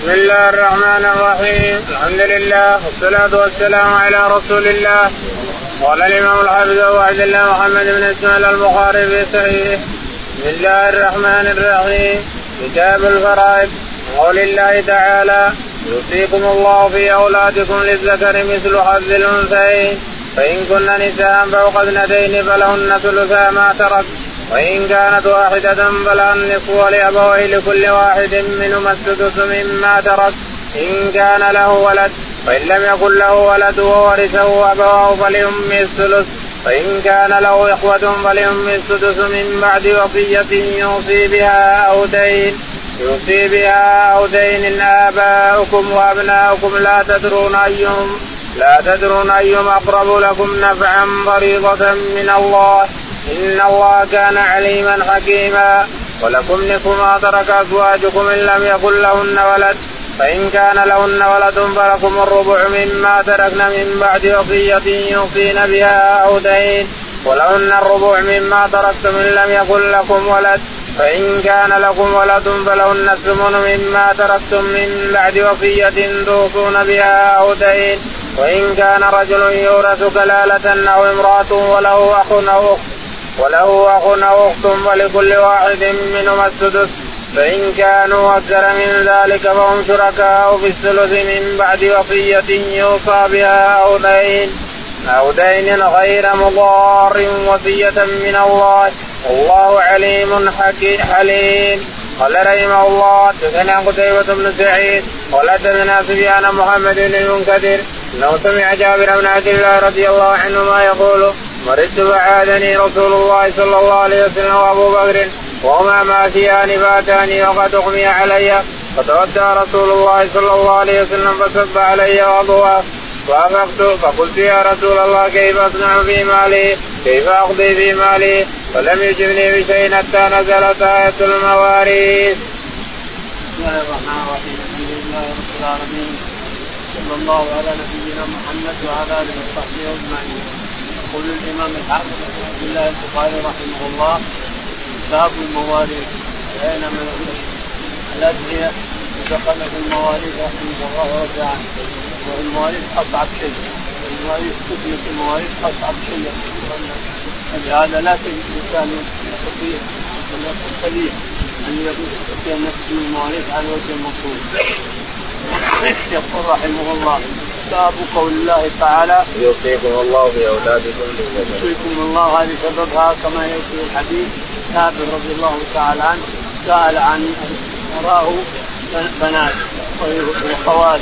بسم الله الرحمن الرحيم. الحمد لله والصلاة والسلام على رسول الله. قال الإمام الحافظ أبو عبد الله محمد بن إسماعيل البخاري في صحيحه. بسم الله الرحمن الرحيم. كتاب الفرائض. قول الله تعالى: يوصيكم الله في أولادكم للذكر مثل حظ الأنثيين، فإن كن نساء فوق اثنتين فلهن ثلثا ما ترك، وإن كانت واحدة فلها النصف، ولأبويه لكل واحد منهما السدس مما ترك إن كان له ولد، فإن لم يكن له ولد وورثه أبواه فلأمه الثلث، فإن كان له إخوة فلأمه السدس من بعد وصية يوصي بها أو دين إن آباؤكم وأبناؤكم لا تدرون أيهم أقرب لكم نفعا، فريضة من الله، إن الله كان عليما حكيما. ولكم نصف ما ترك أزواجكم إن لم يكن لهن ولد، فإن كان لهن ولد فلكم الربع مما تركن من بعد وصية يوصين بها أو دين، ولهن الربع مما تركتم إن لم يكن لكم ولد، فإن كان لكم ولد فلهن الثمن مما تركتم من بعد وصية توصون بها أو دين. وإن كان رجل يورث كلالة أو امرأة وله أخ أو أخت فلكل واحد منهما السدس، فإن كانوا أكثر من ذلك فهم شركاء في الثلث من بعد وصية يوصى بها أو دين غير مضار، وصية من الله، والله عليم حليم. قال رحمه الله: حدثنا قتيبة بن سعيد قال حدثنا سفيان محمد بن المنكدر انه سمع جابر بن عبد الله رضي الله عنهما يقول: مرضت فعادني رسول الله صلى الله عليه وسلم وابو بكر وهما ماشيان فاتاني وقد اغمي علي، فتودع رسول الله صلى الله عليه وسلم فصب علي وضوءه، فافقت فقلت: يا رسول الله كيف اصنع في مالي؟ كيف اقضي في مالي؟ فلم يجبني بشيء حتى نزلت آية المواريث. بسم الله الرحمن الرحيم. الحمد لله رب العالمين، صلى الله على نبينا محمد وعلى اله وصحبه اجمعين. يقول الامام الحافظ ابو عبد الله البخاري رحمه الله: باب المواريث. بين من الادعيه ودخل في المواريث رحمه الله وتعالى. والمواريث اصعب شيء، المواريث تثبت المواريث اصعب شيء، لهذا لا تجد انسان يستطيع ولا يستطيع ان يستطيع نفسه من المواريث على وجه المطلوب. يقول رحمه الله: باب قول الله تعالى: يوصيكم الله في أولادكم للذكر. يوصيكم الله، هذه سببها كما يأتي الحديث. جابر رضي الله تعالى عنه سأل عن وراه بنات وخوات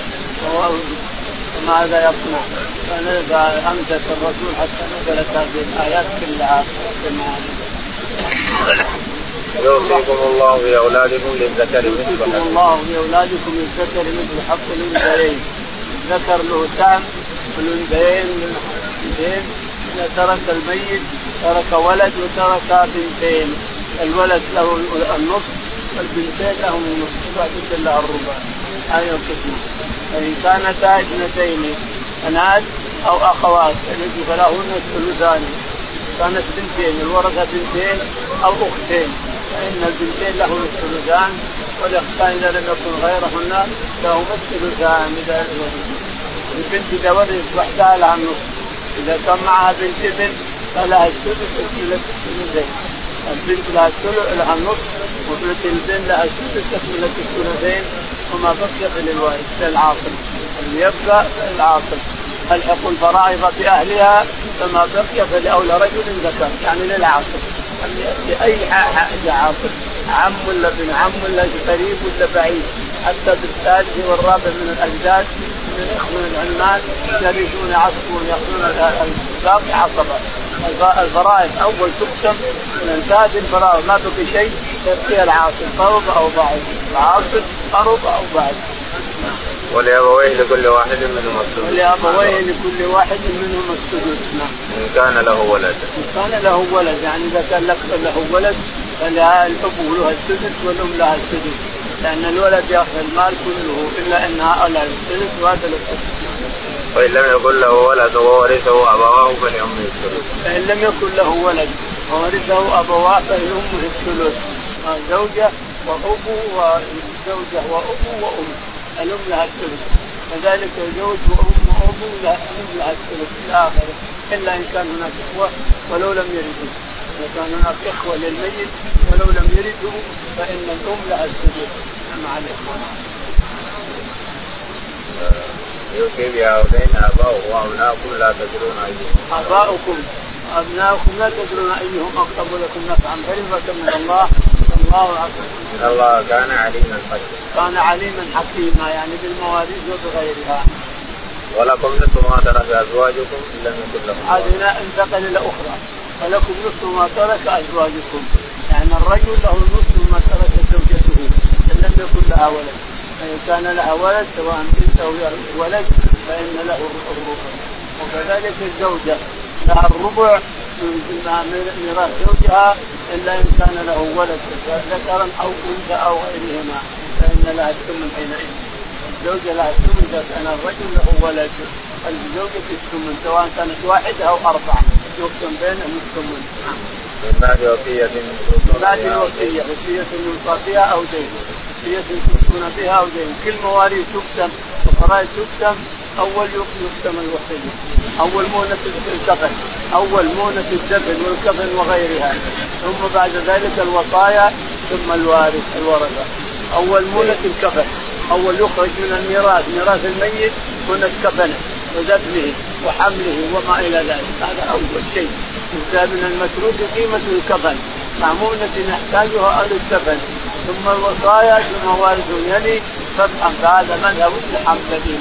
فماذا يصنع؟ فأمسك الرسول حتى نزلت هذه الآيات كلها. يوصيكم الله في أولادكم للذكر مثل حظ الأنثيين. الذكر له سهم والأنثيين إذا ترك الميت ترك ولد وترك بنتين، الولد له النصف والبنتين لهم النصف، وبعد لها الربع. هذه القسمة. فإن كانتا اثنتين بنات أو أخوات فلهن الثلثان. كانت بنتين الورثة بنتين أو أختين فإن البنتين لهن الثلثان، والأختان إذا لم يكن غيرهن لهما الثلثان. البنت إذا ورثت وحدها لها النصف، إذا كان معها بنت ابن فلها الثلث الثلثين. البنت لها النصف وبنت الابن لها الثلث تكملة الثلثين، وما بقي للعاصر. اللي يبقى العاصر الحق الفرائض بأهلها، فما بقي فلأولى رجل ذكر، يعني للعاصر، لأي حاجة عاصر، عم ولا ابن عم ولا قريب ولا بعيد، حتى بالثالث والرابع من الأجداد من الإخوة العلمان يرثون يعصبون يأخذون الباقي عصبة. الفرائض أول تقسم من انتهت الفرائض ما بقي شيء يبقي العاصر فرض أو بعض، العاصر فرض أو بعض. ولأبويه لكل واحد منهم السدس. إن كان له ولد. يعني إذا كان له ولد فالأب له السدس والأم لها السدس، لأن الولد يأخذ المال كله إلا أنها أولى السدس وهذا السدس. وإن لم يكن له ولد وورثه أبواه فلأمه الثلث. فإن لم يكن له ولد وورثه أبواه فلأمه الثلث. زوجة وأبو وزوجة وأبو وأم، الأم لها الثلث، كذلك الزوج وأم لها الثلث إلى آخره، إلا إن كان هناك إخوة ولو لم يردوا، إذا كان هناك إخوة للميت ولو لم يردوا فإن الأم لها الثلث مع الإخوة. يوصي بهؤلاء آباؤكم وأبناؤكم لا تدرون أيهم. آباؤكم أبناؤكم لا تدرون أيهم أقرب لكم نفعا فريضة من الله والله إن الله كان عليما حكيما. كان عليما حكيما يعني بالمواريث وبغيرها. ولكم نصف ما ترك أزواجكم إن لم يكن لكم. هذه انتقل إلى أخرى. ولكم نصف ما ترك أزواجكم يعني الرجل له نصف ما ترك زوجته إن لم يكن لها ولد، فإن كان لها ولد سواء بنت أو ولد فإن له الربع، وكذلك الزوجة لها الربع من ميراث زوجها إلا إن كان له ولد ذكرا أو أنثى أو غيرهما فإن لها الثمن حينئذ. الزوجة لها الثمن إذا كان الرجل له ولد، الزوجة الثمن سواء كانت واحدة أو أربعة يقسم بينهم الثمن. من بعد وصية يوصى بها أو دين، وصية توصون بها أو دين. كل مواريث تقسم وفرائض تقسم، أول يقسم الوصية، أول مونة الكفن، أول مونة الدفن والكفن وغيرها، ثم بعد ذلك الوصايا، ثم الورثة. أول مونة الكفن، أول يخرج من الميراث ميراث الميت مونة كفنه ودفنه وحمله وما إلى ذلك، هذا أول شيء. من المتروك قيمة الكفن مع مؤنة نحتاجها أهل الكفن، ثم الوصايا ثم وارث يلي فافهم. فهذا مذهب ابن حنبل.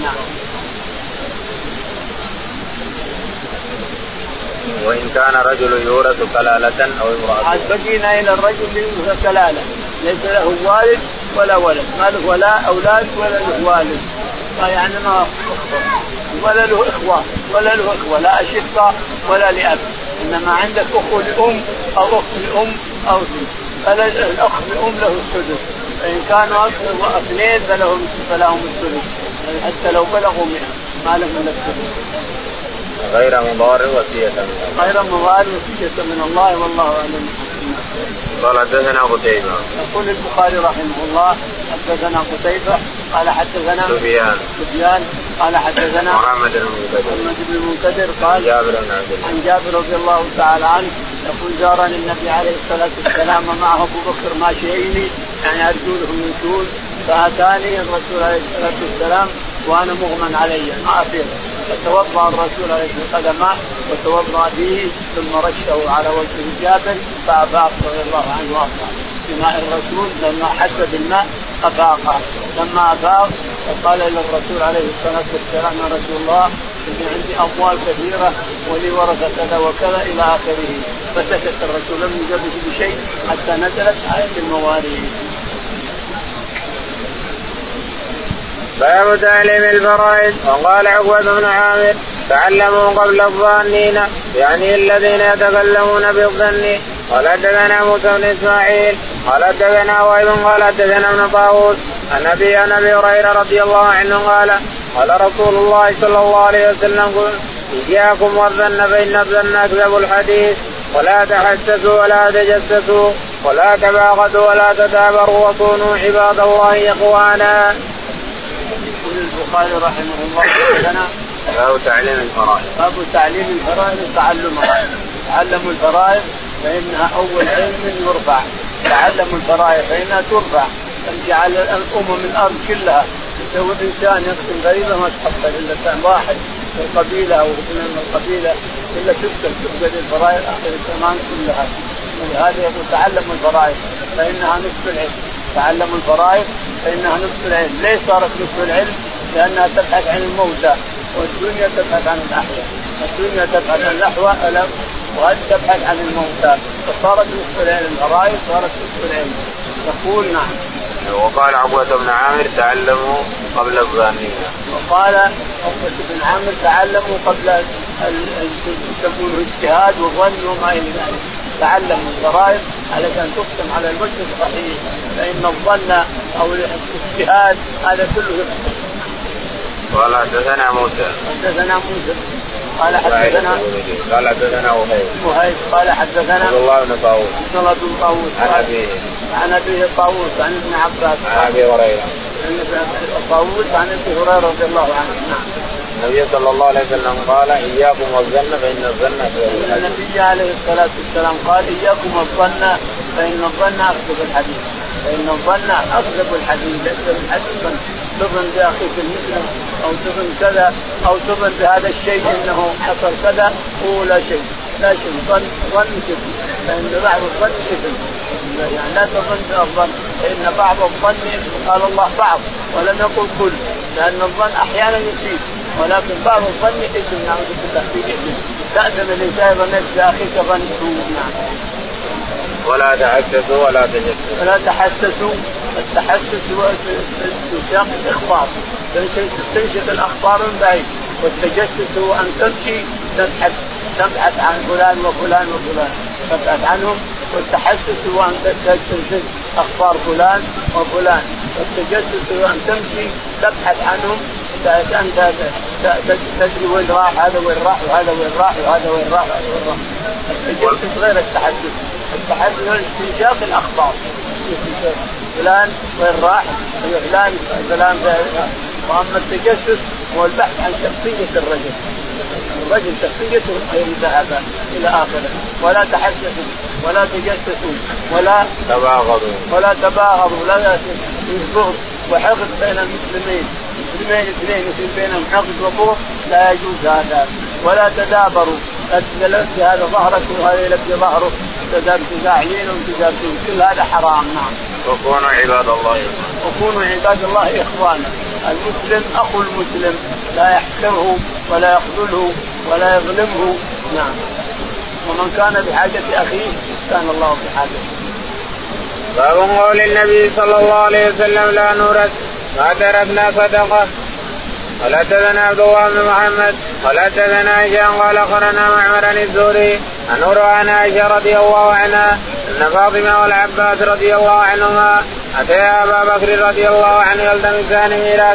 وإن كان رجل يورث كلالة أو امرأة. بقينا إلى الرجل يورث كلالة ليس له والد ولا ولد، ما له ولا أولاد ولا له والد، يعني ما ولا له إخوة لا أشقة ولا لأب، إنما عندك أخو لأم أو أخت لأم أو الأخ لأم له السدس، فإن كانوا اثنين فلهم السدس حتى لو بلغوا 100 ما لهم إلا السدس. غير مضار وصية من الله والله أعلم. قال حدثنا قتيبة. يقول البخاري رحمه الله حدثنا قتيبة قال حدثنا سفيان قال حدثنا محمد بن المنكدر قال عن جابر رضي الله تعالى عنه يقول جارني النبي عليه الصلاة والسلام ومعه أبو بكر ماشيين يعني أرجلهم يمشون، فأتاني الرسول عليه الصلاة والسلام وأنا مغمى علي ما أفيد، فتوضأ الرسول عليه القدماء وتوضأ به ثم رشه على وجه جابر فأفاق رضي الله عنه وأرضاه بماء الرسول. لما حس بالماء أفاق، لما أفاق فقال إلى الرسول عليه الصلاة والسلام يا رسول الله إني عندي أموال كثيرة ولي ورثة كذا وكذا إلى آخره، فسكت الرسول لم يجبه بشيء حتى نزلت آية المواريث. باب تعليم الفرائض. وقال عقبة بن عامر تعلموا قبل الظانين يعني الذين يتكلمون بالظن. قال حدثنا موسى بن اسماعيل قال حدثنا وائل قال حدثنا ابن طاووس عن ابي هريره رضي الله عنه قال قال رسول الله صلى الله عليه وسلم اياكم والظن فان الظن اكذب الحديث، ولا تحسسوا ولا تجسسوا ولا تباغضوا ولا تدابروا وكونوا عباد الله اخوانا. يقول البخاري رحمه الله باب تعليم الفرائض. باب تعليم الفرائض وتعلمها. تعلموا الفرائض فإنها أول علم يرفع، تعلموا الفرائض فإنها ترفع تمشي على الأمم الأرض كلها. لو إنسان يقسم غريبة ما تحصل إلا كان واحد في القبيلة أو من القبيلة إلا تبقى الفرائض آخر الزمان كلها. ولهذا يقول تعلموا الفرائض فإنها نصف العلم. تعلموا الفرائض فإنها نصف العلم. ليش صارت نصف العلم؟ لأنها تبحث عن الموتى والدنيا تبحث عن الأحياء. الدنيا تبحث عن الأحياء وهذه تبحث عن الموتى، فصارت نصف العلم. الفرائض صارت نصف العلم. تقول نعم. وقال عقبة بن عامر تعلموا قبل الظانين. وقال عقبة بن عامر تعلموا قبل يسمونه اجتهاد وظن وما إلى ذلك. تعلموا الفرائض علشان تقسم على الوجه الصحيح، فإن الظن أو الاجتهاد هذا كله يقسم. قال حدثنا موسى قال حدثنا وهيب قال حدثنا عبد الله بن طاووس عن أبيه طاووس عن ابن عباس عن أبي هريرة أن طاووس عن ابي هريره رضي الله عنه. نعم. النبي صلى الله عليه وسلم قال إياكم والظن فإن الظن أكذب الحديث. النبي عليه الصلاة والسلام قال إياكم والظن فإن الظن أكذب الحديث. فإن الظن أكذب الحديث. ليس الحديث تظن بأخيك المسلم أو تظن كذا أو تظن بهذا الشيء إنه حصل كذا هو لا شيء. لا شيء ظن كذب. فإن بعض الظن كذب. يعني لا تظن بالظن فإن بعض الظن قال الله بعض ولم يقل كل لأن الظن أحيانا يفيد ولكن بعض الظن إثم. نعوذ بالله في إثم. تأذن الإنسان ظنك بأخيك ظن سوء. نعم. ولا تحسسوا ولا تجسسوا. ولا تحسسوا. التحسس هو استنشاق الأخبار. تنشق الأخبار من بعيد. والتجسس هو أن تمشي تبحث عن فلان وفلان وفلان تبحث عنهم. والتحسس هو أن تجسس أخبار فلان وفلان. والتجسس هو أن تمشي تبحث عنهم. أنت تدري وين راح هذا وين راح وهذا وين راح وهذا وين راح وهذا وين راح. التجسس غير التحدث. التحدث هو استنشاق الأخبار. فلان وين راح فلان. وأما التجسس هو البحث عن شخصية الرجل شخصيته غير ذهب إلى آخره. ولا تحسسوا ولا تجسسوا ولا تباغضوا لا يبغض وحقد بين المسلمين اثنين يصير بينهم حقد وبغض لا يجوز هذا. ولا تدابروا لا تلبي هذا ظهرك وهذا يلبي ظهره تزاعلين وتجابين كل هذا حرام. نعم. وكونوا عباد الله إخوانا. المسلم أخو المسلم لا يحقره ولا يخذله ولا يظلمه. نعم. ومن كان بحاجة أخيه كان الله بحاجته. باب قول النبي صلى الله عليه وسلم لا نورث ما تركنا صدقة. ولا تذن عبد الله بن محمد ولا تذن عائشة قال أخبرنا معمر عن الزهري عن عروة عن عائشة رضي الله عنها أن فاطمة والعباس رضي الله عنهما أتيا أبا بكر رضي الله عنه يلتمسان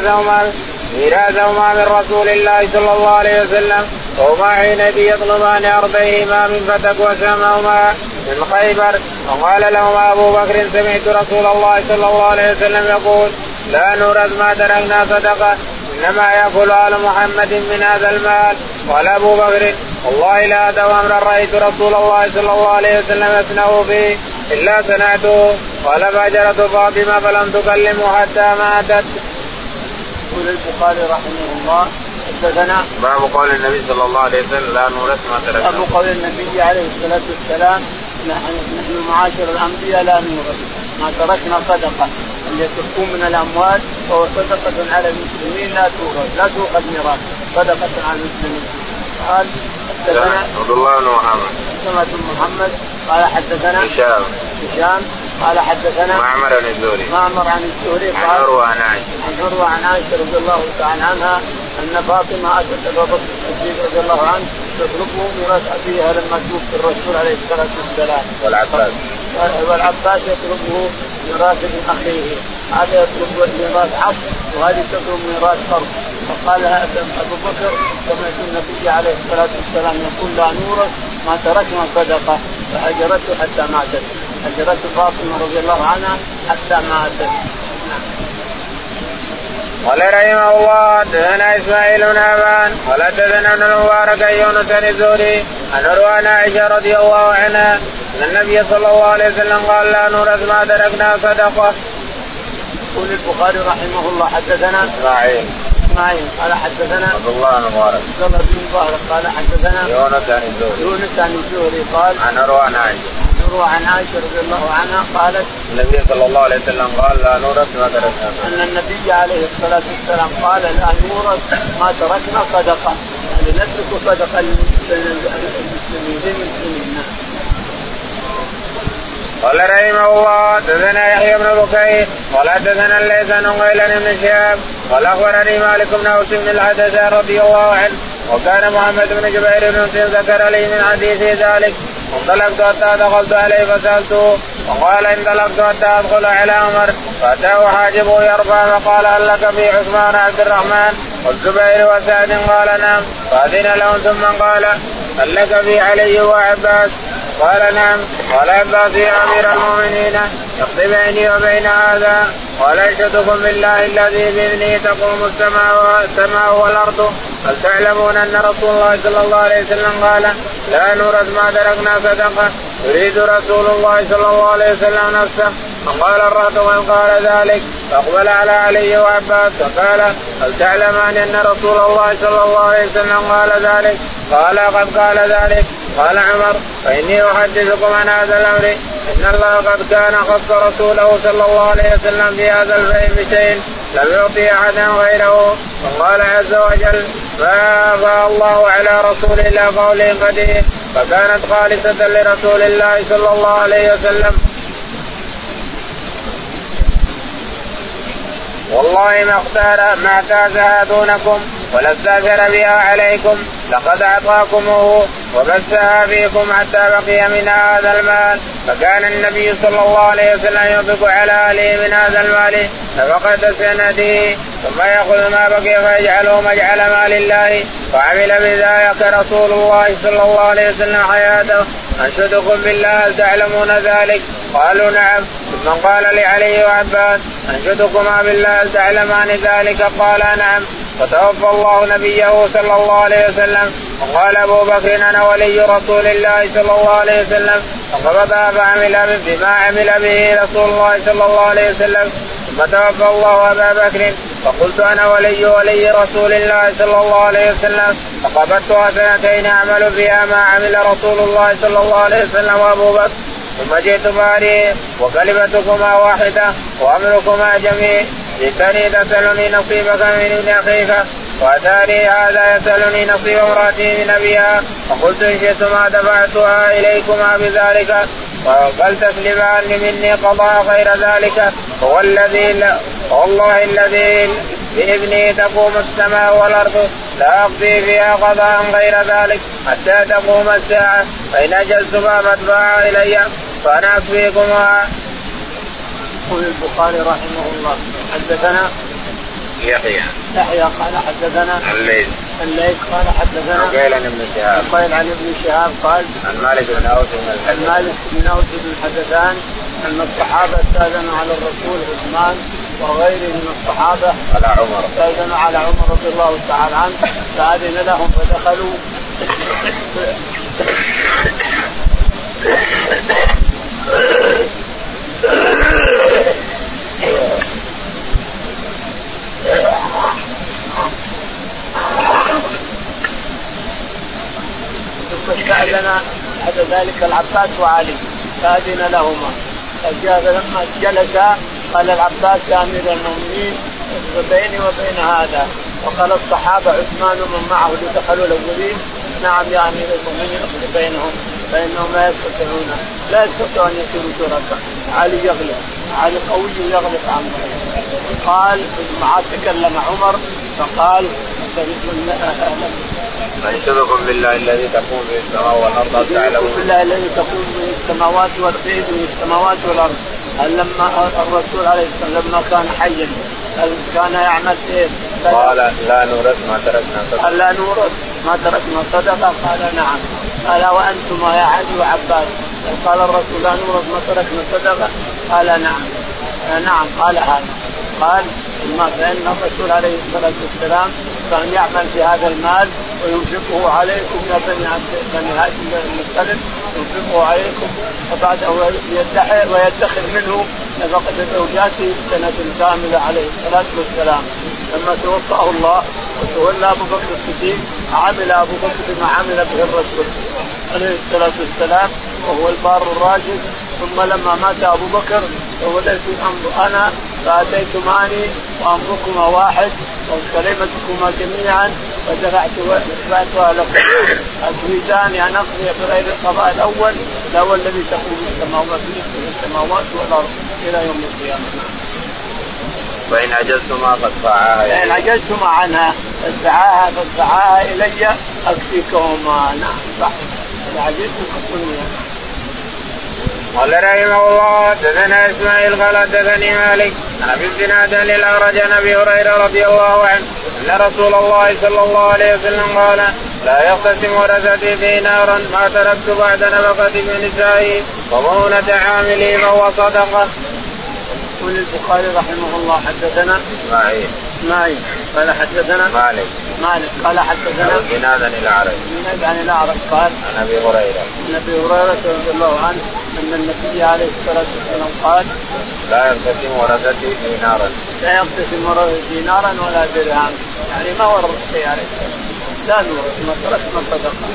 ميراثهما من رسول الله صلى الله عليه وسلم وهما حينئذ يطلبان أرضيهما من فتك وسهمهما من خيبر. وقال لهما أبو بكر سمعت رسول الله صلى الله عليه وسلم يقول لا نورث ما تركنا صدقة إنما يأكل آل محمد من هذا المال. قال أبو بكر والله لا أدع أمرا رأيت رسول الله صلى الله عليه وسلم يصنع فيه إلا صنعته. قال فهجرت فاطمة فلم تكلمه حتى ماتت. يقول البخاري رحمه الله حدثنا باب قول النبي صلى الله عليه وسلم لا نورث ما تركنا. باب قول النبي عليه الصلاة والسلام نحن معاشر الأنبياء لا نورث ما تركنا صدقة. اللي تكون من الأموال وهو صدقة على المسلمين لا تؤخذ ميراث صدقة على المسلمين. قال حدثنا عبد الله بن محمد قال حدثنا هشام قال حدثنا معمر عن الزهري قال عروة عن عائشة رضي الله تعالى عنها أن فاطمة أتت أبا بكر الصديق رضي الله عنه تطلبه ميراث أبيها لما توفي الرسول عليه الصلاة والسلام. والعباس يطلبه ميراث ابن أخيه. هذا يطلب ميراث عصر وهذه تطلب ميراث فرض. فقال أبو بكر سمعت النبي عليه الصلاة والسلام يقول لا نورث ما تركنا صدقة. فهجرته حتى ماتت. هجرته فاطمة رضي الله عنها حتى ماتت. قال رحمه الله حدثنا إسماعيل بن أبان قال حدثنا ابن المبارك يونس عن الزهري عن عروة عن عائشة رضي الله عنها أن النبي صلى الله عليه وسلم قال لا نورث ما تركنا صدقة. يقول البخاري رحمه الله حدثنا إسماعيل قال حدثنا عبد الله بن مبارك قال حدثنا يونس عن الزهري قال عن عروة عن عائشة رضي الله عنها قالت النبي صلى الله عليه وسلم قال لا نورث ما تركنا. أن النبي عليه الصلاة والسلام قال لا نورث ما تركنا صدقة. يعني نترك صدقة للمسلمين. قال رحمه الله حدثنا يحيى بن بكير قال حدثنا الليث عن غيلان بن شهاب قال أخبرني مالك بن أوس بن الحدث رضي الله عنه وكان محمد بن جبير بن مسلم ذكر لي من حديثه ذلك. انطلقت حتى دخلت عليه فسألته وقال انطلقت حتى أدخل على عمر فأتاه حاجبه يرفع فقال هل لك في عثمان عبد الرحمن والزبير وسعد؟ قال نعم. فأذن لهم ثم قال هل لك في علي وعباس؟ قال نعم. قال عباس يا أمير المؤمنين اقض بيني وبين هذا. قال أنشدكم بالله الذي بإذنه تقوم السماء والأرض هل تعلمون أن رسول الله صلى الله عليه وسلم قال لا نورث ما تركنا صدقة يريد رسول الله صلى الله عليه وسلم نفسه. فقال الرهط من قال ذلك فأقبل على علي وعباس فقال هل تعلمان أن رسول الله صلى الله عليه وسلم قال ذلك؟ قال قد قال ذلك. قال عمر فإني أحدثكم عن هذا الأمر إن الله قد كان خص رسوله صلى الله عليه وسلم في هذا البيع بشيء لم يعطي أحدا غيره. وقال عز وجل فأفاء الله على رسول الله قوله قدير فكانت خالصة لرسول الله صلى الله عليه وسلم. والله ما اعتازها دونكم ولا استأثر بها عليكم لقد أعطاكموه وبثها فيكم حتى بقي من هذا المال. فكان النبي صلى الله عليه وسلم ينفق على أهله من هذا المال نفقة سنته ثم يأخذ ما بقي فيجعله مجعل مال الله وعمل بذلك رسول الله صلى الله عليه وسلم حياته. أنشدكم بالله هل تعلمون ذلك؟ قالوا نعم. ثم قال لعلي وعباس أنشدكما بالله هل تعلمان ذلك؟ قال نعم. فتوفى الله نبيه صلى الله عليه وسلم وقال أبو بكر أنا ولي رسول الله صلى الله عليه وسلم فقبضها فعمل بما عمل به رسول الله صلى الله عليه وسلم. ثم توفى الله أبا بكر فقلت أنا ولي رسول الله صلى الله عليه وسلم فقبضتها سنتين أعمل فيها ما عمل رسول الله صلى الله عليه وسلم وأبو بكر. ثم جئت باري وكلمتكما واحدة وأمركما جميع. جئتني تسألني نصيبك من ابن أخيك وأتاني هذا يسألني نصيب امرأتي من أبيها فقلت إن شئتما دفعتها إليكما بذلك وقال تسلمان مني قضاء غير ذلك والله الذي بإذنه تقوم السماء والأرض لا أقضي فيها قضاء غير ذلك حتى تقوم الساعة فإن أجزت ما فادفعها إلي فأنا أكفيكما. يقول البخاري رحمه الله حدثنا يحيى قال حدثنا الليث قال حدثنا قيل عن ابن شهاب قال عن مالك بن أوس بن الحدثان أن الصحابة استأذنوا على الرسول عثمان وغيره من الصحابة استأذنوا على عمر رضي الله تعالى عنه فأذن لهم فدخلوا فاستأذن بعد ذلك العباس وعلي فأذن لهما. فلما جلسا قال العباس يا أمير المؤمنين بيني وبين هذا. وقال الصحابة عثمان ومن معه اللي دخلوا الأولين نعم يا أمير المؤمنين اقضي بينهم فإنهم لا يستطيعون أن يكونوا شركاء. علي يغلب، علي قوي يغلب عنه. قال مع تكلم عمر فقال أنشدكم بالله الذي تقوم به السماء والأرض بالله الذي تقوم به السماوات والأرض السماوات والأرض. هل لما الرسول عليه السلام لما كان حيا هل كان يعمل ايه؟ قال لا نورث ما تركنا صدقة. قال نعم. قال وأنتما يا علي وعباس؟ قال الرسول لا نورث ما تركنا صدقة. قال نعم. قال هذا قال ثم فإن الرسول عليه الصلاة والسلام كان يعمل في هذا المال وينفقه عليكم يا بني هاشم المطلب ينفقه عليكم وبعده ويدخر منه نفقة زوجاته سنة كاملة عليه الصلاة والسلام. لما توفاه الله وتولى أبو بكر الصديق عمل أبو بكر بما عمل به الرسول عليه الصلاة والسلام وهو البار الراشد. ثم لما مات أبو بكر ووليت الأمر أنا فأتيتماني وأمركما واحد وكلمتكما جميعا ودفعتها لكم أتريدان أن أقضي بغير القضاء الأول لا هو الذي تقوم السماوات والأرض إلى يوم القيامة. فإن عجزتما فادفعاها إن عجزتما عنها فادفعاها إلي أكفيكما. نعم صح. إن عجزتم فقلني. قال رحمه الله حدثنا إسماعيل قال حدثني مالك عن أبي الزناد عن الأعرج عن أبي هريرة رضي الله عنه أن رسول الله صلى الله عليه وسلم قال لا يقتسم ورثتي دينارا ما تركت بعد نفقة من نسائي ومؤونة عاملي فهو صدقة. يقول البخاري رحمه الله حدثنا معي قال حدثنا مالك قال حدثنا بناد عن الأعرج قال عن أبي هريرة رضي الله عنه أن النبي عليه الصلاة والسلام قال لا يقتسم ورثتي دينارا ولا درهم، يعني ما ورث شيء عليه لا نورث ما تركنا صدقة.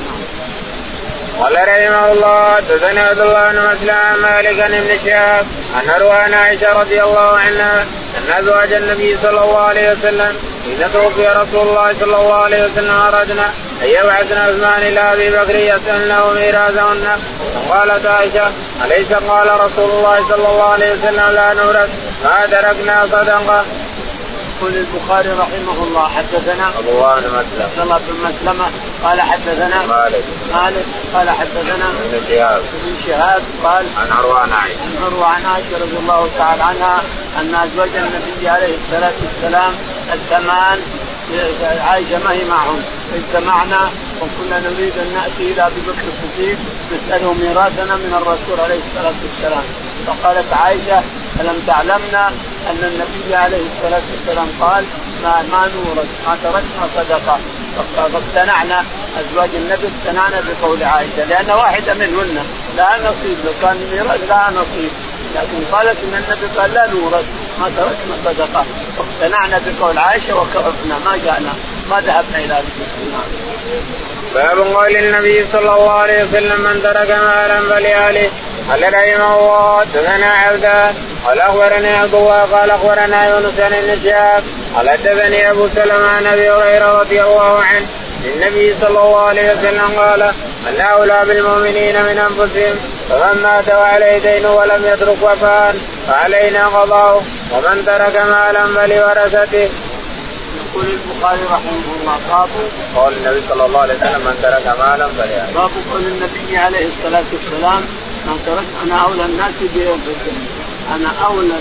قال رحمه الله حدثنا عبد الله بن مسلم عن مالك عن ابن شهاب عن عروة عائشة رضي الله عنها أن أزواج النبي صلى الله عليه وسلم إذا توفي رسول الله صلى الله عليه وسلم أردنا أن يبعثنا عثمان إلى أبي بكر يسألنه ميراثهن. قالت عائشة أليس قال رسول الله صلى الله عليه وسلم لا نورث ما تركنا صدقة. يقول البخاري رحمه الله حدثنا عبد الله بن مسلمة قال حدثنا مالك قال حدثنا ابن شهاب قال عن عروة عن عائشة رضي الله تعالى عنها أن أزواج النبي عليه الصلاة والسلام الثمان عائشة ما هي معهم اجتمعنا وكنا نريد أن نأتي إلى أبي بكر الصديق نسأله ميراثنا من الرسول عليه الصلاة والسلام. فقالت عائشة ألم تعلمنا أن النبي عليه الصلاة والسلام قال ما نورث ما تركنا صدقة. فاقتنعنا أزواج النبي اقتنعنا بقول عائشة لأن واحدة منهن لا نصيب، لو كان ميراث لا نصيب، لكن قالت ان النبي قال لا نورث ما تركنا صدقه، اقتنعنا بقول عائشه وكففنا ما جاءنا ما ذهبنا الى ذلك. باب قول النبي صلى الله عليه وسلم من ترك مالا فلأهله. قال رحمه الله حدثنا عبدان قال اخبرني عبد الله قال اخبرنا يونس بن شهاب قال حدثني ابو سلمة عن ابي هريرة رضي الله عنه النبي صلى الله عليه وسلم قال من أولى بالمؤمنين من أنفسهم فمن مات وعليه دين ولم يترك وفاء فعلينا قضاؤه ومن ترك مالا فلورثته. يقول البخاري رحمه الله باب قول النبي صلى الله عليه وسلم من ترك مالا فلورثته. باب قول النبي عليه الصلاة والسلام من ترك أنا أولى الناس بأنفسهم أنا أولى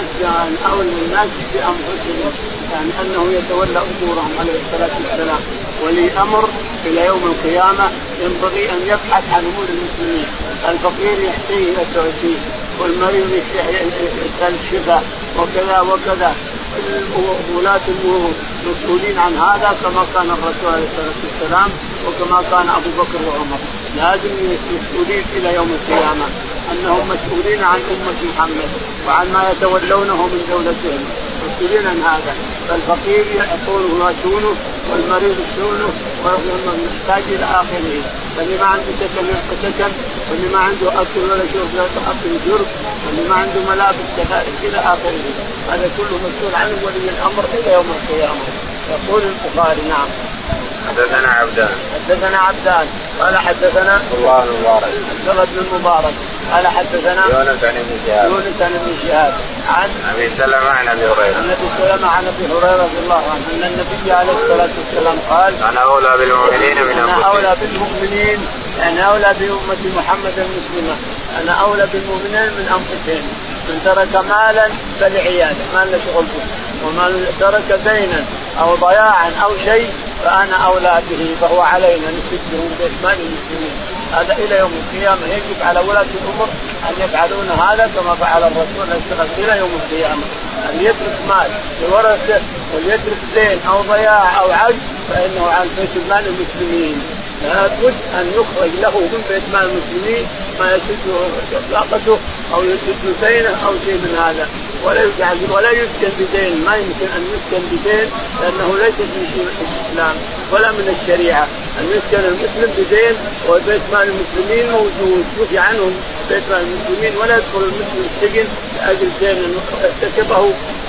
الناس بأنفسهم، يعني أنه يتولى أمورهم عليه الصلاة والسلام ولي أمر إلى يوم القيامة ينبغي أن يبحث عن أمور المسلمين. الفقير يحتاج إلى تعطيه والمريض يسأل الشفاء وكذا ولاة الأمور مسؤولين عن هذا كما كان الرسول عليه الصلاة والسلام وكما كان أبو بكر وعمر. لازم مسؤولين إلى يوم القيامة أنهم مسؤولين عن أمة محمد وعن ما يتولونه من دولتهم، مسؤولين عن هذا. فالفقير يأكله ويشونه والمريض يشونه والمحتاج إلى آخره، فاللي ما عنده سكن يلقى سكن، واللي ما عنده أكل ولا شرب يلقى أكل وشرب، واللي ما عنده ملابس كذلك إلى آخره. هذا كله مسؤول عنه ولي الأمر إلى يوم القيامة. يقول البخاري نعم حدثنا عبدان قال حدثنا الله بن المبارك قال حدثنا يونس عن ابن شهاب عن أبي سلمة عن أبي هريرة رضي الله عنه أن النبي عليه الصلاة والسلام قال أنا أولى بالمؤمنين من أنفسهم. أنا أولى بالمؤمنين يعني أولى بأمة محمد المسلمة، أنا أولى بالمؤمنين من أنفسهم. من ترك مالا فلعياله ما له شغل به، ومن ترك دينا أو ضياعا أو شيء فأنا أولى به فهو علينا نسده بيت مال المسلمين. هذا إلى يوم القيامة يجب على ولاة الأمور أن يفعلون هذا كما فعل الرسول إلى يوم القيامة، أن يترك مال لورثه وليترك دين أو ضياع أو عجز فإنه عن بيت مال المسلمين. لابد أن يخرج له من بيت مال المسلمين ما يسد طاقته أو يسد دينه أو شيء من هذا، ولا يسكن بدين. ما يمكن أن يسكن بدين لأنه ليس من شيء الإسلام ولا من الشريعة أن يسكن المسلم بدين وبيت مال المسلمين موجود يوفي عنهم بيت مال المسلمين، ولا يدخل المسلم السجن لأجل دين ارتكبه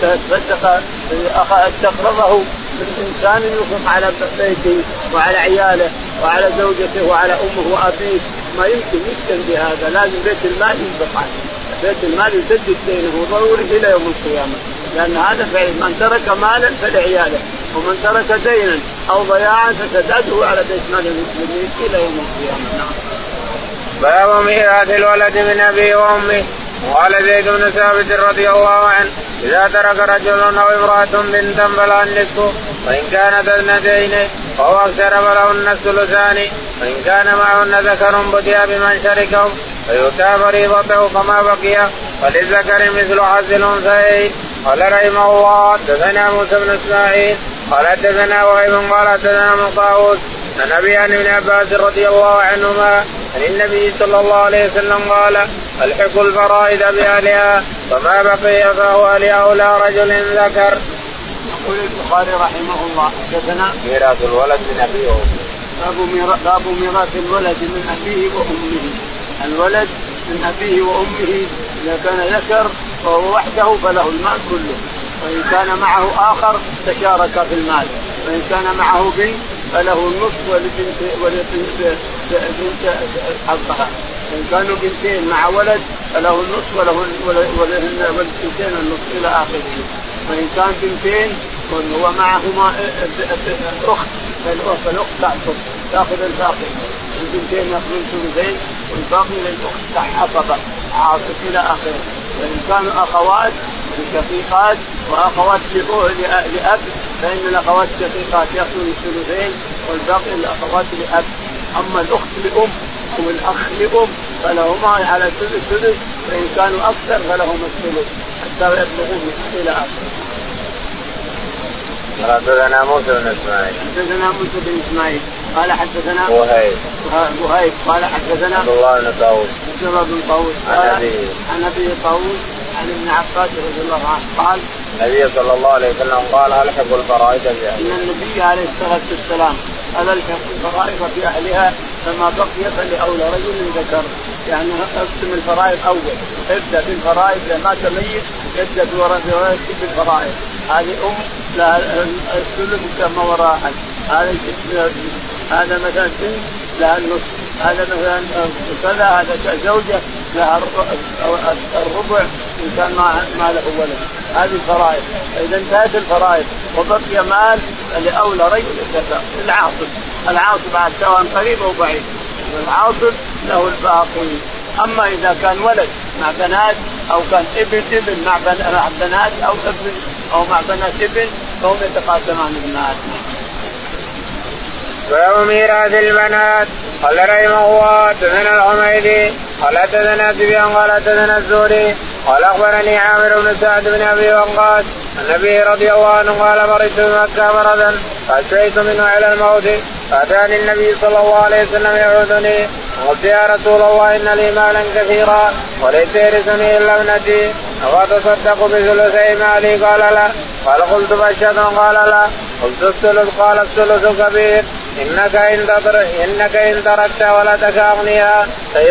استقرضه من إنسان ينفق على بيته وعلى عياله وعلى زوجته وعلى أمه وأبيه. ما يمكن يسكن بهذا، لازم بيت المال ينفق عنه، بيت المال يسدد دينه ضروري إلى يوم القيامة، لأن هذا فعل من ترك مالا فلعياله ومن ترك دينا أو ضياعا فسدده على بيت مال المسلمين إلى يوم القيامة. نعم. باب ميراث الولد من أبيه وأمه. وقال زيد بن ثابت رضي الله عنه إذا ترك رجل أو امرأة بنتا فلا النصف وإن كانت اثنتين وهو أكثر فلهن الثلثان وإن كان معهن ذكر بدأ بمن شركهم فيؤتى فريضته فما بقي وللذكر مثل حظ الأنثيين. قال رحمه الله حدثنا موسى بن إسماعيل قال حدثنا وهيب قال حدثنا من طاووس عن أبي بن عباس رضي الله عنهما عن النبي صلى الله عليه وسلم قال الحقوا الفرائض بأهلها فما بقي فهو لأولى رجل ذكر. يقول البخاري رحمه الله حدثنا ميراث الولد من أبيه وأمه. باب ميراث الولد من أبيه وأمه. الولد من أبيه وأمه إذا كان ذكر وهو وحده فله المال كله وإن كان معه آخر تشارك في المال وإن كان معه بنت فله النصف ولبنت حقها. إن كانوا بنتين مع ولد فله النصف وللبنتين النصف إلى آخره. وإن كان بنتين ومعهما أخت فالأخت تأخذ الباقي. البنتين يأخذون ثلثين والباقي للأخت عصبة عاصف إلى آخره. وإن كانوا أخوات شقيقات وأخوات لأب فإن الأخوات الشقيقات يأخذون الثلثين والباقي الأخوات لأب. أما الأخت لأم والأخ لأم فلهما على الثلث وإن كانوا أكثر فلهم الثلث حتى يبلغون إلى آخره. حدثنا موسى بن إسماعيل حدثنا موسى بن إسماعيل قال حدثنا وهيب قال حدثنا عبد الله بن طاووس عن أبي طاووس عن ابن عباس رضي الله عنه قال النبي صلى الله عليه وسلم قال ألحقوا الفرائض بأهلها. إن النبي عليه الصلاة والسلام ألحقوا الفرائض بأهلها فما بقي فلأولى رجل ذكر. يعني اقسم الفرائض أول ابدأ بالفرائض لما تميز ابدأ بورثة بالفرائض. هذه لها الثلث كما وراءها. هذا مثلا بنت لها النصف. هذا مثلا كذا هذا زوجة لها الربع إن كان ما له ولد. هذه الفرائض. إذا انتهت الفرائض وبقي مال لأولى رجل ذكر. العاصب على سواء قريب أو بعيد العاصب له الباقي. أما إذا كان ولد مع بنات أو كان ابن مع بنات أو ابن أو مع بنات ابن فهم يتقاسمان المال. باب ميراث البنات. قال رحمه الله حدثنا الحميدي قال حدثنا سفيان قال حدثنا الزهري قال أخبرني عامر بن سعد بن أبي وقاص النبي رضي الله عنه قال مرضت بمكة مرضا فأشفيت منه على الموت فأتاني النبي صلى الله عليه وسلم يعودني قلت يا رسول الله إن لي مالا كثيرا وليس يرثني إلا ابنتي أفتصدق بثلثي مالي قال لا. قال قلت فالشهر قال لا. قلت الثلث قال الثلث كبير إنك إن تركت ولدك أغنياء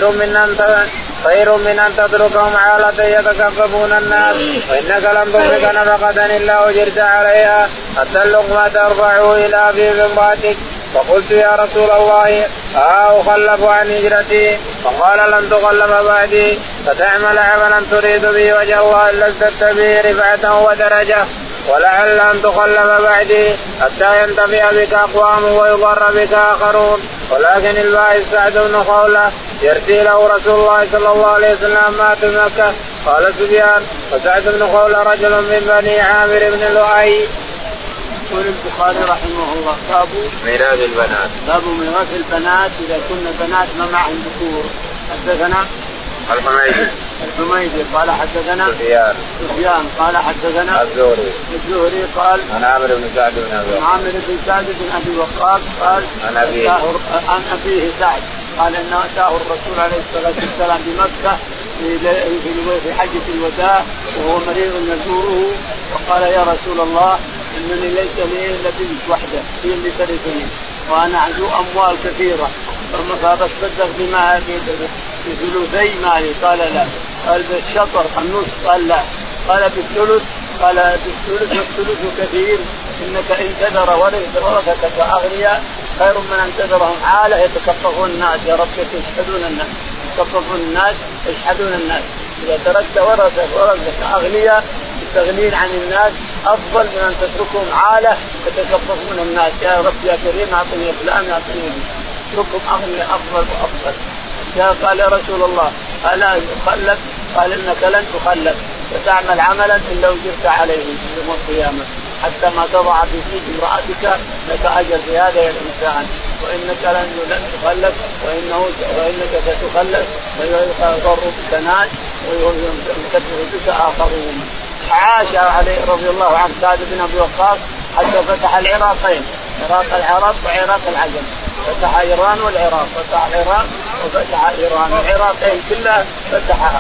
خير من أن تتركهم عالة يتكففون الناس وإنك لم تنفق نفقة إلا أجرت عليها حتى اللقمة ترفعه إلى في امرأتك. فقلت يا رسول الله أخلف عن هجرتي؟ فقال لن تخلف بعدي فتعمل عملا تريد به وجه الله إلا ازددت به رفعة ودرجة ولعل أن تخلف بعدي حتى ينتفع بك أقوام ويضر بك آخرون. ولكن البائس سعد بن خولة يرثي له رسول الله صلى الله عليه وسلم مات بمكة. قال سفيان وسعد بن خولة رجل من بني عامر بن لؤي. يقول البخاري رحمه الله باب ميراث البنات. باب ميراث البنات إذا كنا بنات ما معهم ذكور. حدثنا الحميدي قال حدثنا سفيان قال حدثنا الزهري قال عن عامر بن سعد بن أبي وقاص قال عن أبيه سعد قال إنه أتاه الرسول عليه الصلاة والسلام بمكة في حجة الوداع وهو مريض يزوره وقال يا رسول الله إنني ليس لي إلا بنت واحدة هي اللي ترثني وأنا عندي أموال كثيرة فبتصدق بما بثلثي مالي. قال لا. قال بالشطر النصف قال لا. قال بالثلث قال بالثلث والثلث كثير إنك إن تذر ورثتك أغنياء خير من أن تذرهم عالة يتكففون الناس. يا رب يشهدون الناس يتكففون الناس يشهدون الناس. إذا تركت ورثتك أغنياء مستغنين عن الناس أفضل من أن تتركهم عالة يتكففون الناس. يا رب يا كريم أعطني فلان أعطني اتركهم أغنياء أفضل وأفضل. قال يا رسول الله ألا تخلف؟ قال إنك لن تخلف وتعمل عملا إلا وجرت عليه يوم القيامة. حتى ما تضع في يد امرأتك لك أجر في هذا يا الإنسان، وإنك لن تخلف وإنك ستخلف ويضر بك ناس ويكفر بك آخرون. عاش عليه رضي الله عنه سعد بن أبي وقاص حتى فتح العراقين، عراق العرب وعراق العجم، فتح إيران والعراق، فتح العراق وفتح إيران، العراقين كلها فتحها.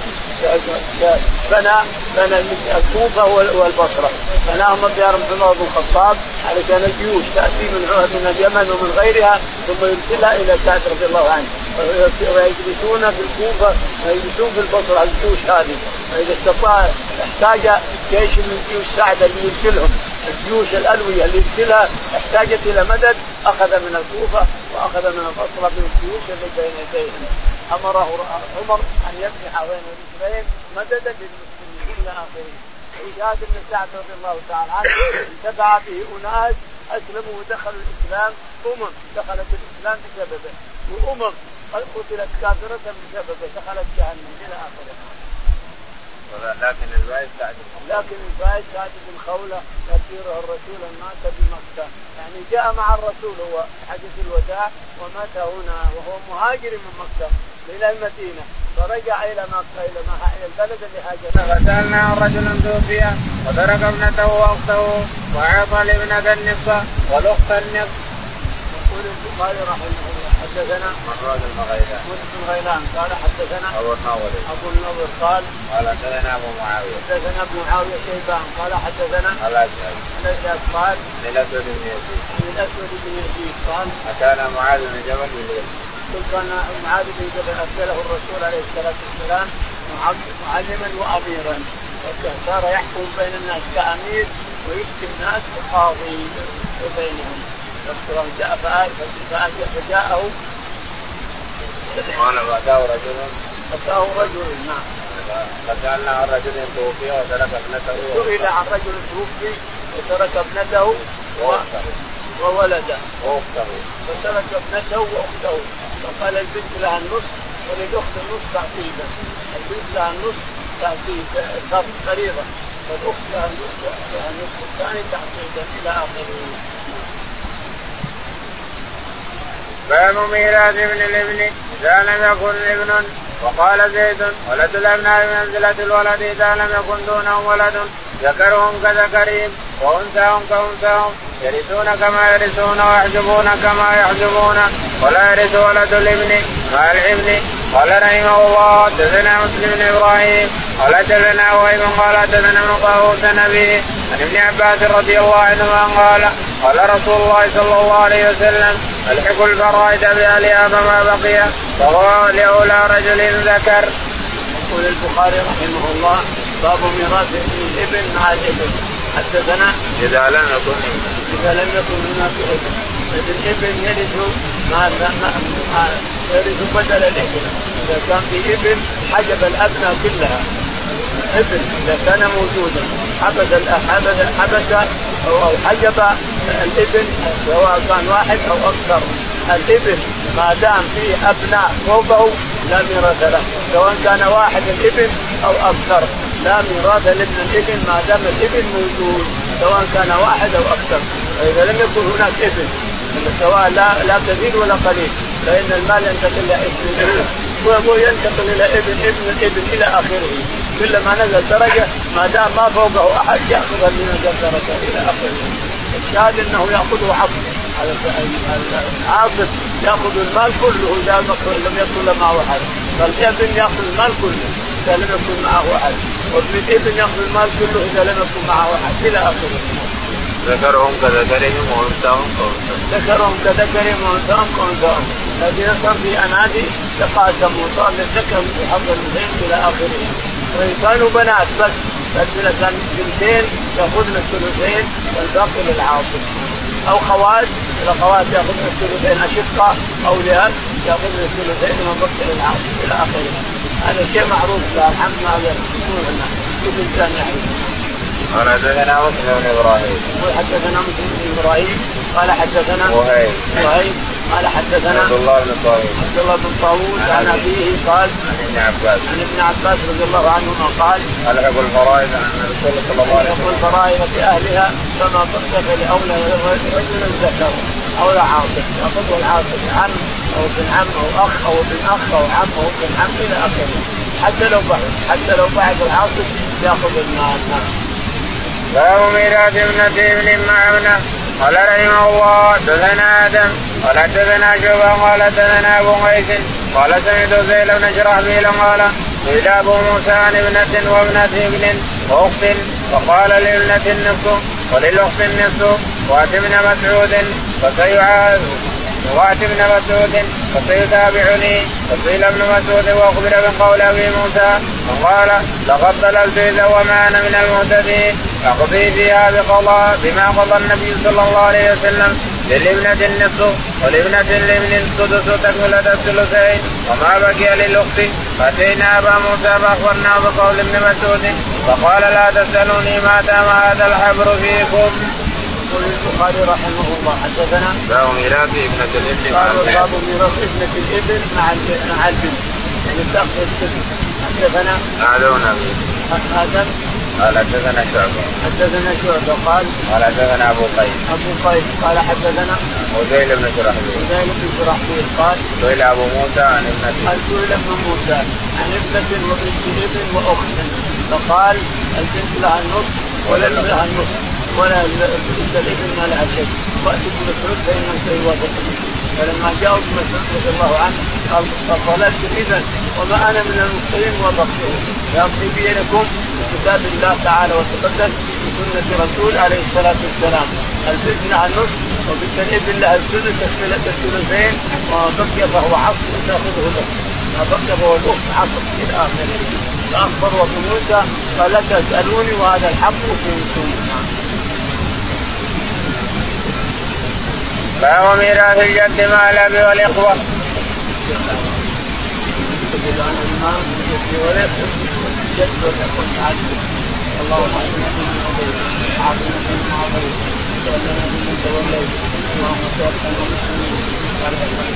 بنى الكوفة والبصرة، بناهم ديار عمر بن الخطاب علشان الجيوش تأتي من اليمن ومن غيرها ثم يرسلها إلى سعد رضي الله عنه، ويجلسون في الكوفة ويجلسون في البصرة الجيوش هذه، فإذا استطاع احتاج جيش من جيوش سعد اللي يرسلهم، الجيوش الألوية اللي يرسلها احتاجت إلى مدد، أخذ من الكوفة وأخذ من البصرة من الجيوش اللي بين يديهم. أمره عمر أن يبني حوالين الرجلين مددا للمسلمين إلى آخره. وشاهد أن سعد رضي الله تعالى عنه انتفع به أناس أسلموا ودخلوا الإسلام، دخلت الإسلام بسببه، قتلت كافرة بسببه دخلت جهنم إلى آخره. لكن الفائز سعد بن خولة يسيره الرسول مات بمكة، يعني جاء مع الرسول هو حجة الوداع ومات هنا وهو مهاجر من مكة إلى المدينة، فرجع إلى مكة إلى البلد اللي هاجر. فسألنا عن رجل توفي وترك ابنته وأخته وأعطى الابنة النصف والأخت النصف. يقول البخاري رحمه الله حدثنا مراد بن غيلان قال حدثنا أبو النضر قال حدثنا أبو معاوية ابو معاوية شيبان قال حدثنا الأشعث قال من الأسود بن يزيد قال أتانا معاذ بن جبل كان معاذ بن جبل أرسله الرسول عليه الصلاة والسلام معلما وأميرا، وصار يحكم بين الناس كأمير ويفتي الناس كقاضي بينهم. فجاءه قال أتاه رجل نعم فسألنا عن رجل توفي وترك ابنته سئل عن رجل توفي وترك ابنته وولده وأخته، فترك ابنته وأخته، فقال البنت لها النصف وللأخت النصف تعصيبا، البنت لها النصف تعصيب فريضة، والأخت لها النصف الثاني تعصيبا إلى آخره. باب ميراث ابن الابن إذا لم يكن ابن. وقال زيد ولد الأبناء بمنزلة الولد إذا لم يكن دونهم ولد، ذكرهم كذكرهم وأنثاهم كأنثاهم، يرثون كما يرثون ويحجبون كما يحجبون، ولا يرث ولد الابن مع الابن. قال رحمه الله حدثنا مسلم بن إبراهيم قال حدثنا وهيب قال حدثنا ابن طاووس النبي عن ابن عباس رضي الله عنهما قال رسول الله صلى الله عليه وسلم الحق الفرائض بأهلها فما بقي فهو لأولى رجل ذكر. يقول البخاري رحمه الله باب ميراث الابن مع الابن. حدثنا إذا لم يكن هناك ابن، الابن يرث بدل الابن. إذا كان في ابن حجب الأبناء كلها، ابن إذا كان موجودا حبس أو حجب الابن سواء كان واحد أو أكثر. الابن ما دام فيه أبناء فوقه لا ميراث له، سواء كان واحد الابن أو أكثر لا ميراث لابن الابن ما دام الابن موجود، سواء كان واحد أو أكثر. وإذا لم يكن هناك ابن سواء لا كثير ولا قليل، فإن المال ينتقل إلى ابن وهو ينتقل إلى ابن الابن إلى آخره، كلما نزل درجة ما دام ما فوقه أحد يأخذ من الدرجة إلى آخره. الشاهد أنه يأخذه حق العاصف، يأخذ المال كله إذا لم يكن معه أحد، فالابن يأخذ المال كله إذا لم يكن معه أحد، وابن الابن يأخذ المال كله إذا لم يكن معه أحد إلى آخره. ذكرهم كذكرهم وأنثاهم كأنثاهم، الذين صار في أنادي تقاسموا صار للذكر في حظ الأنثيين إلى آخره. وإن كانوا بنات بس إذا كان بنتين يأخذن الثلثين والباقي للعاصف، أو خوات الأخوات يأخذن الثلثين، أشقة أو لأب يأخذن الثلثين ومن بقي للعاصف إلى آخره. هذا شيء معروف الحمد لله يقولنا كل إنسان يعرف. قال حدثنا مسلم بن إبراهيم قال حدثنا وهيب قال حدثنا عبد الله بن طاووس عن أبيه قال عن ابن عباس رضي الله عنهما قال الحق الفرائض عن الرسول صلى الله عليه وسلم الفرائض بأهلها كما بقي لأولى رجل ذكر أولى عاصب يأخذه العاصب عم أو ابن عم أو أخ أو ابن أخ أو عم أو ابن عم إلى آخره حتى لو بعد العاصب يأخذ المال. باب ميراث ابن مع ابنه. قال رحمه الله حدثنا آدم قال حدثنا شعبة قال حدثنا أبو قيس قال سمعت زيد بن شرحبيل قال قيل أبو موسى عن ابنة وابنة ابن وأخت وقال لابنة النصف وللأخت النصف وأت ابن مسعود فسيتابعني فقيل ابن مسعود وأخبر بقول أبي موسى فقال لقد ضللت إذا وما أنا من المهتدين أقضي فيها بما قضى النبي صلى الله عليه وسلم للابنة النصف ولابنة الابن السدس تكملة الثلثين وما بقي للأخت. فأتينا أبا موسى فأخبرناه بقول ابن مسعود فقال لا تسألوني ما دام هذا الحبر فيكم. يقول البخاري رحمه الله حدثنا باب ميراث ابنة الابن باب ميراث ابنة الابن مع البنت يعني تأخذ السدس. حدثنا آدم قال حدثنا شعبة قال حدثنا أبو قيس قال حدثنا وزيد بن شرحبيل قال سئل أبو موسى عن ابنة وبنت ابن وأخت فقال البنت لها النصف ولا لها النصف ولا الابن ما لها شيء وأتي بمسعود فإنهم سيوافقون. فلما جاءوا بمسعود رضي الله عنه قال ضللت إذن وما أنا من المسلمين وضبطه يقضي بينكم كتاب الله تعالى وتقدس بسنة رسول عليه الصلاة والسلام. البنت لها النصف وبنت الابن لها السدس تكملة الثلثين وما بقي فهو عصر تأخذه له ما بقي فهو الأخت عصر إلى آخره. فأخبر أبو موسى قال لا تسألوني وهذا الحق فيكم. باب ميراث الجد مع الأب والإخوة. اللهم اجعلنا من المؤمنين وعافنا من المعاصرين وتولنا من توليت اللهم توفنا مسلمين